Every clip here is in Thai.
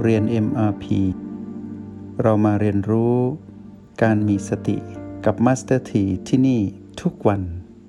เรียน MRP เรามาเรียนรู้การมีสติกับ Master T ที่นี่ทุกวัน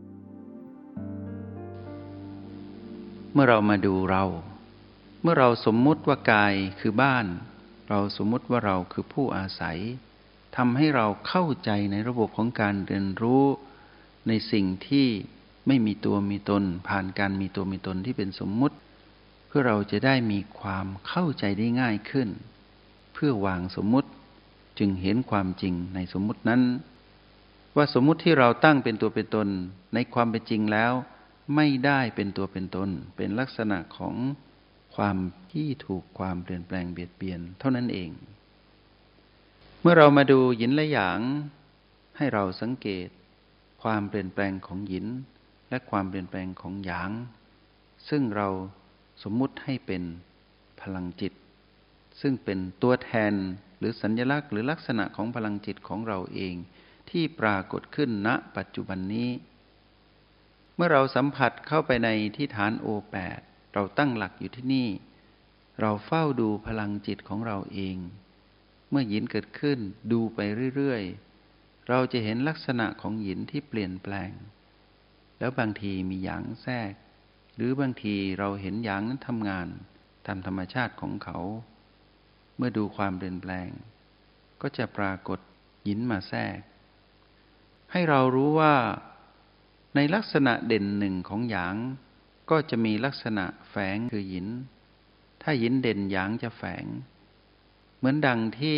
เมื่อเรามาดูเมื่อเราสมมุติว่ากายคือบ้านเราสมมุติว่าเราคือผู้อาศัยทำให้เราเข้าใจในระบบของการเรียนรู้ในสิ่งที่ไม่มีตัวมีตนผ่านการมีตัวมีตนที่เป็นสมมุติเพื่อเราจะได้มีความเข้าใจได้ง่ายขึ้นเพื่อวางสมมุติจึงเห็นความจริงในสมมุตินั้นว่าสมมุติที่เราตั้งเป็นตัวเป็นตนในความเป็นจริงแล้วไม่ได้เป็นตัวเป็นตนเป็นลักษณะของความที่ถูกความเปลี่ยนแปลงเบียดเบียนเท่านั้นเองเมื่อเรามาดูหยินและหยางให้เราสังเกตความเปลี่ยนแปลงของหยินและความเปลี่ยนแปลงของหยางซึ่งเราสมมุติให้เป็นพลังจิตซึ่งเป็นตัวแทนหรือสัญลักษณ์หรือลักษณะของพลังจิตของเราเองที่ปรากฏขึ้นณปัจจุบันนี้เมื่อเราสัมผัสเข้าไปในที่ฐานโอแปดเราตั้งหลักอยู่ที่นี่เราเฝ้าดูพลังจิตของเราเองเมื่อหยินเกิดขึ้นดูไปเรื่อยๆเราจะเห็นลักษณะของหยินที่เปลี่ยนแปลงแล้วบางทีมีหยางแทรกหรือบางทีเราเห็นหยางนั้นทำงานตามธรรมชาติของเขาเมื่อดูความเปลี่ยนแปลงก็จะปรากฏหยินมาแทรกให้เรารู้ว่าในลักษณะเด่นหนึ่งของหยางก็จะมีลักษณะแฝงคือหยินถ้าหยินเด่นหยางจะแฝงเหมือนดังที่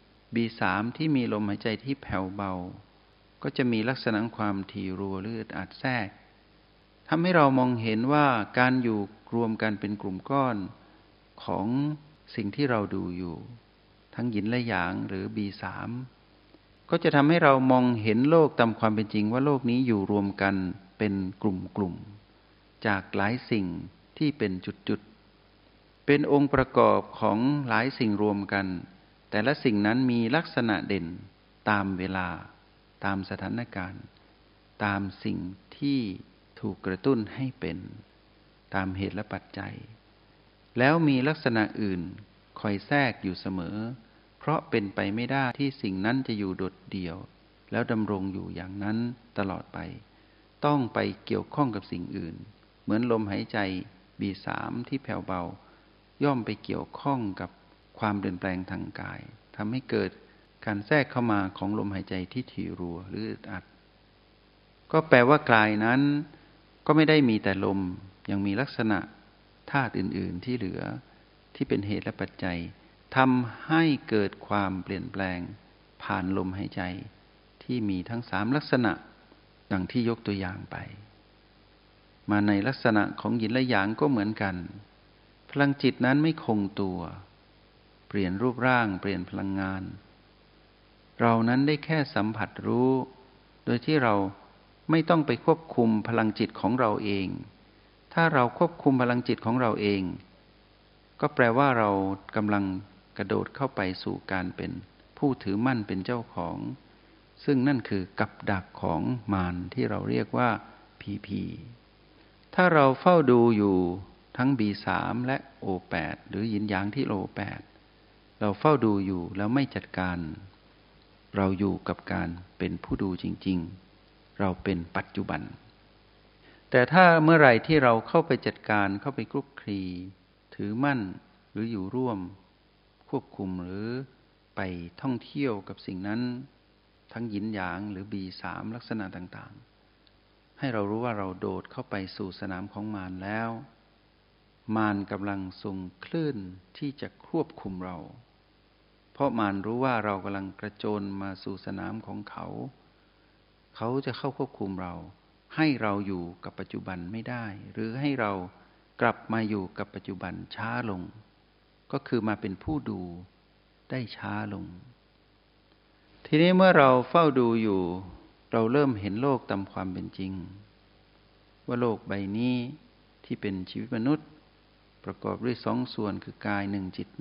B3 ที่มีลมหายใจที่แผ่วเบาก็จะมีลักษณะความถี่รัวหรืออึดอัดแทรกทำให้เรามองเห็นว่าการอยู่รวมกันเป็นกลุ่มก้อนของสิ่งที่เราดูอยู่ทั้งหยินและหยางหรือ B3 ก็จะทำให้เรามองเห็นโลกตามความเป็นจริงว่าโลกนี้อยู่รวมกันเป็นกลุ่มๆจากหลายสิ่งที่เป็นจุดๆเป็นองค์ประกอบของหลายสิ่งรวมกันแต่ละสิ่งนั้นมีลักษณะเด่นตามเวลาตามสถานการณ์ตามสิ่งที่ถูกกระตุ้นให้เป็นตามเหตุและปัจจัยแล้วมีลักษณะอื่นคอยแทรกอยู่เสมอเพราะเป็นไปไม่ได้ที่สิ่งนั้นจะอยู่โดดเดี่ยวแล้วดำรงอยู่อย่างนั้นตลอดไปต้องไปเกี่ยวข้องกับสิ่งอื่นเหมือนลมหายใจ B3 ที่แผ่วเบาย่อมไปเกี่ยวข้องกับความเปลี่ยนแปลงทางกายทำให้เกิดการแทรกเข้ามาของลมหายใจที่ถี่รัวหรืออึดอัดก็แปลว่ากายนั้นก็ไม่ได้มีแต่ลมยังมีลักษณะธาตุอื่นๆที่เหลือที่เป็นเหตุและปัจจัยทำให้เกิดความเปลี่ยนแปลงผ่านลมหายใจที่มีทั้ง3ลักษณะดังที่ยกตัวอย่างไปมาในลักษณะของหยินและหยางก็เหมือนกันพลังจิตนั้นไม่คงตัวเปลี่ยนรูปร่างเปลี่ยนพลังงานเรานั้นได้แค่สัมผัสรู้โดยที่เราไม่ต้องไปควบคุมพลังจิตของเราเองถ้าเราควบคุมพลังจิตของเราเองก็แปลว่าเรากำลังกระโดดเข้าไปสู่การเป็นผู้ถือมั่นเป็นเจ้าของซึ่งนั่นคือกับดักของมารที่เราเรียกว่าผีถ้าเราเฝ้าดูอยู่ทั้ง B3 และ O8 หรือหยินหยางที่ O8 เราเฝ้าดูอยู่แล้วไม่จัดการเราอยู่กับการเป็นผู้ดูจริงๆเราเป็นปัจจุบันแต่ถ้าเมื่อไหร่ที่เราเข้าไปจัดการเข้าไปคลุกคลีถือมั่นหรืออยู่ร่วมควบคุมหรือไปท่องเที่ยวกับสิ่งนั้นทั้งหยินหยางหรือ B3 ลักษณะต่างๆให้เรารู้ว่าเราโดดเข้าไปสู่สนามของมารแล้วมารกำลังส่งคลื่นที่จะควบคุมเราเพราะมารรู้ว่าเรากำลังกระโจนมาสู่สนามของเขาเขาจะเข้าควบคุมเราให้เราอยู่กับปัจจุบันไม่ได้หรือให้เรากลับมาอยู่กับปัจจุบันช้าลงก็คือมาเป็นผู้ดูได้ช้าลงทีนี้เมื่อเราเฝ้าดูอยู่เราเริ่มเห็นโลกตามความเป็นจริงว่าโลกใบนี้ที่เป็นชีวิตมนุษย์ประกอบด้วย2ส่วนคือกาย1จิต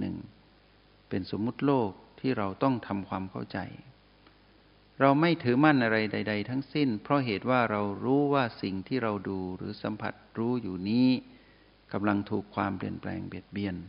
1เป็นสมมุติโลกที่เราต้องทำความเข้าใจเราไม่ถือมั่นอะไรใดๆทั้งสิ้นเพราะเหตุว่าเรารู้ว่าสิ่งที่เราดูหรือสัมผัสรู้อยู่นี้กำลังถูกความเปลี่ยนแปลงเบียดเบียน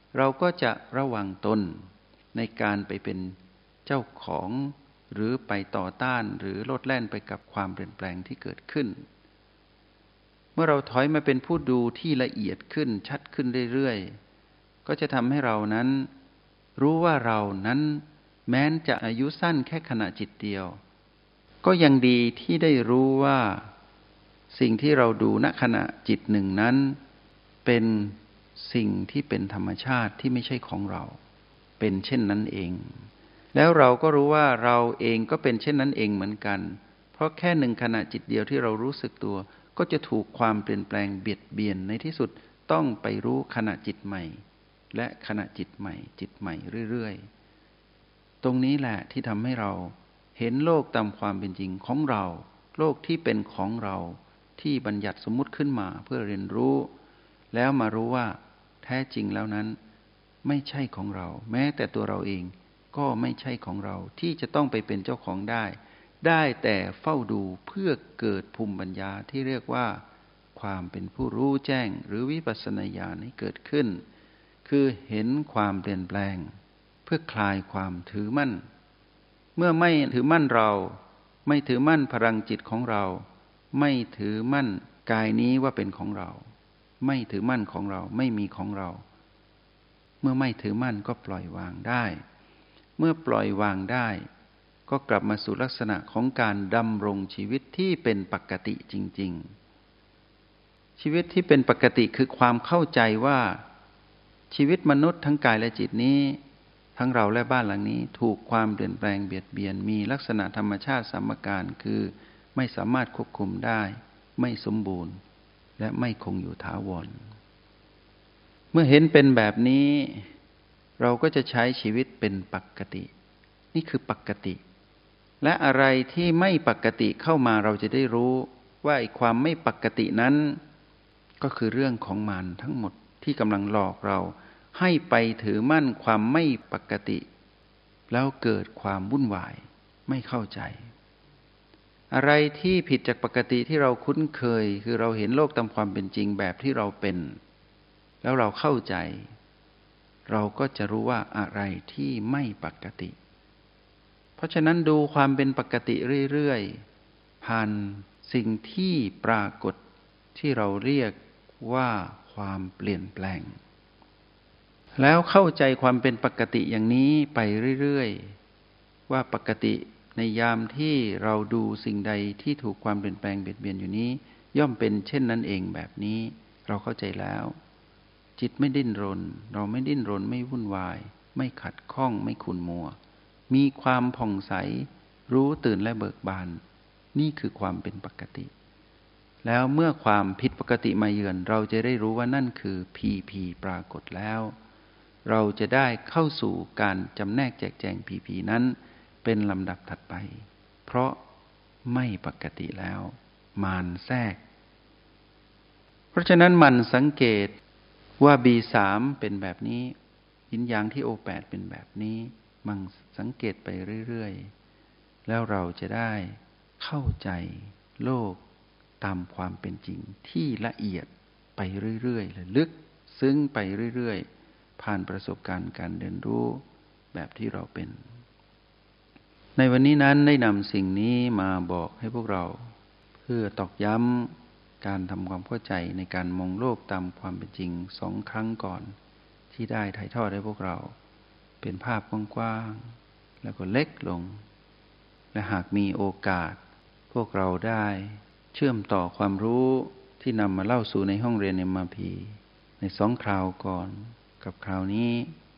เราก็จะระวังตนในการไปเป็นเจ้าของหรือไปต่อต้านหรือโลดแล่นไปกับความเปลี่ยนแปลงที่เกิดขึ้นเมื่อเราถอยมาเป็นผู้ดูที่ละเอียดขึ้นชัดขึ้นเรื่อยๆก็จะทำให้เรานั้นรู้ว่าเรานั้นแม้นจะอายุสั้นแค่ขณะจิตเดียวก็ยังดีที่ได้รู้ว่าสิ่งที่เราดูณขณะจิตหนึ่งนั้นเป็นสิ่งที่เป็นธรรมชาติที่ไม่ใช่ของเราเป็นเช่นนั้นเองแล้วเราก็รู้ว่าเราเองก็เป็นเช่นนั้นเองเหมือนกันเพราะแค่หนึ่งขณะจิตเดียวที่เรารู้สึกตัวก็จะถูกความเปลี่ยนแปลงเบียดเบียนในที่สุดต้องไปรู้ขณะจิตใหม่และขณะจิตใหม่จิตใหม่เรื่อยๆตรงนี้แหละที่ทำให้เราเห็นโลกตามความเป็นจริงของเราโลกที่เป็นของเราที่บัญญัติสมมุติขึ้นมาเพื่อเรียนรู้แล้วมารู้ว่าแท้จริงแล้วนั้นไม่ใช่ของเราแม้แต่ตัวเราเองก็ไม่ใช่ของเราที่จะต้องไปเป็นเจ้าของได้แต่เฝ้าดูเพื่อเกิดภูมิปัญญาที่เรียกว่าความเป็นผู้รู้แจ้งหรือวิปัสสนาญาณให้เกิดขึ้นคือเห็นความเปลี่ยนแปลงเพื่อคลายความถือมั่นเมื่อไม่ถือมั่นเราไม่ถือมั่นพลังจิตของเราไม่ถือมั่นกายนี้ว่าเป็นของเราไม่ถือมั่นของเราไม่มีของเราเมื่อไม่ถือมั่นก็ปล่อยวางได้เมื่อปล่อยวางได้ก็กลับมาสู่ลักษณะของการดำรงชีวิตที่เป็นปกติจริงๆชีวิตที่เป็นปกติคือความเข้าใจว่าชีวิตมนุษย์ทั้งกายและจิตนี้ทั้งเราและบ้านหลังนี้ถูกความเปลี่ยนแปลงเบียดเบียนมีลักษณะธรรมชาติสามการคือไม่สามารถควบคุมได้ไม่สมบูรณ์และไม่คงอยู่ถาวรเมื่อเห็นเป็นแบบนี้เราก็จะใช้ชีวิตเป็นปกตินี่คือปกติและอะไรที่ไม่ปกติเข้ามาเราจะได้รู้ว่าไอ้ความไม่ปกตินั้นก็คือเรื่องของมารทั้งหมดที่กำลังหลอกเราให้ไปถือมั่นความไม่ปกติแล้วเกิดความวุ่นวายไม่เข้าใจอะไรที่ผิดจากปกติที่เราคุ้นเคยคือเราเห็นโลกตามความเป็นจริงแบบที่เราเป็นแล้วเราเข้าใจเราก็จะรู้ว่าอะไรที่ไม่ปกติเพราะฉะนั้นดูความเป็นปกติเรื่อยๆผ่านสิ่งที่ปรากฏที่เราเรียกว่าความเปลี่ยนแปลงแล้วเข้าใจความเป็นปกติอย่างนี้ไปเรื่อยๆว่าปกติในยามที่เราดูสิ่งใดที่ถูกความเปลี่ยนแปลงเบียดเบียนอยู่นี้ย่อมเป็นเช่นนั้นเองแบบนี้เราเข้าใจแล้วจิตไม่ดิ้นรนเราไม่ดิ้นรนไม่วุ่นวายไม่ขัดข้องไม่ขุ่นมัวมีความผ่องใสรู้ตื่นและเบิกบานนี่คือความเป็นปกติแล้วเมื่อความผิดปกติมาเยือนเราจะได้รู้ว่านั่นคือพีปรากฏแล้วเราจะได้เข้าสู่การจำแนกแจกแจงพีนั้นเป็นลำดับถัดไปเพราะไม่ปกติแล้วมารแทรกเพราะฉะนั้นมันสังเกตว่า B3 เป็นแบบนี้ยินยางที่ O8 เป็นแบบนี้มันสังเกตไปเรื่อยๆแล้วเราจะได้เข้าใจโลกตามความเป็นจริงที่ละเอียดไปเรื่อยๆและลึกซึ้งไปเรื่อยๆผ่านประสบการณ์การเรียนรู้แบบที่เราเป็นในวันนี้นั้นได้นำสิ่งนี้มาบอกให้พวกเราเพื่อตอกย้ำการทำความเข้าใจในการมองโลกตามความเป็นจริง2 ครั้งก่อนที่ได้ถ่ายทอดให้พวกเราเป็นภาพกว้างๆแล้วก็เล็กลงและหากมีโอกาสพวกเราได้เชื่อมต่อความรู้ที่นำมาเล่าสู่ในห้องเรียน MRP ใน2 คราวก่อนกับคราวนี้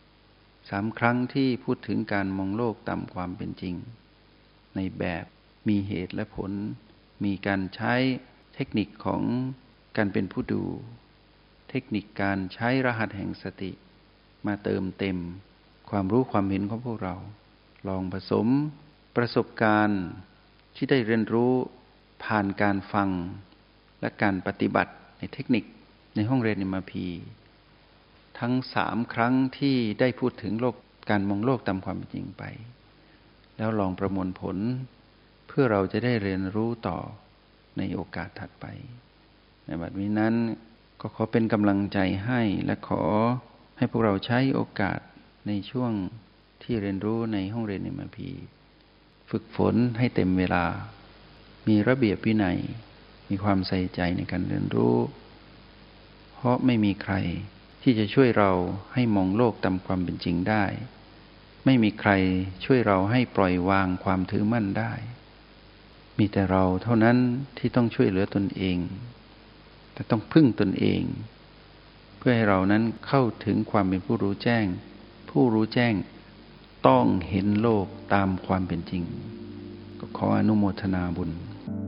3 ครั้งที่พูดถึงการมองโลกตามความเป็นจริงในแบบมีเหตุและผลมีการใช้เทคนิคของการเป็นผู้ดูเทคนิคการใช้รหัสแห่งสติมาเติมเต็มความรู้ความเห็นของพวกเราลองผสมประสบการณ์ที่ได้เรียนรู้ผ่านการฟังและการปฏิบัติในเทคนิคในห้องเรียน MRP ทั้ง3 ครั้งที่ได้พูดถึงโลกการมองโลกตามความเป็นจริงไปแล้วลองประมวลผลเพื่อเราจะได้เรียนรู้ต่อในโอกาสถัดไปในบัดนี้นั้นก็ขอเป็นกำลังใจให้และขอใให้พวกเราใช้โอกาสในช่วงที่เรียนรู้ในห้องเรียน MRP ฝึกฝนให้เต็มเวลามีระเบียบวินัยมีความใส่ใจในการเรียนรู้เพราะไม่มีใครที่จะช่วยเราให้มองโลกตามความเป็นจริงได้ไม่มีใครช่วยเราให้ปล่อยวางความถือมั่นได้มีแต่เราเท่านั้นที่ต้องช่วยเหลือตนเองแต่ต้องพึ่งตนเองเพื่อให้เรานั้นเข้าถึงความเป็นผู้รู้แจ้งผู้รู้แจ้งต้องเห็นโลกตามความเป็นจริงก็ขออนุโมทนาบุญ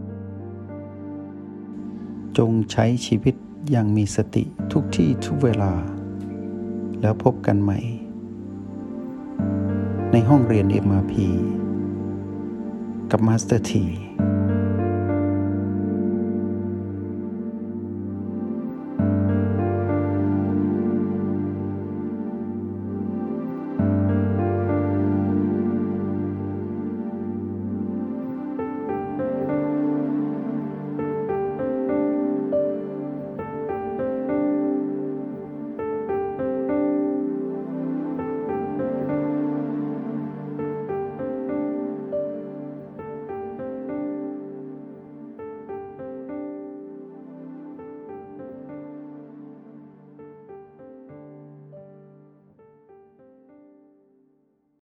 จงใช้ชีวิตอย่างมีสติทุกที่ทุกเวลาแล้วพบกันใหม่ในห้องเรียน MRP กับมาสเตอร์ที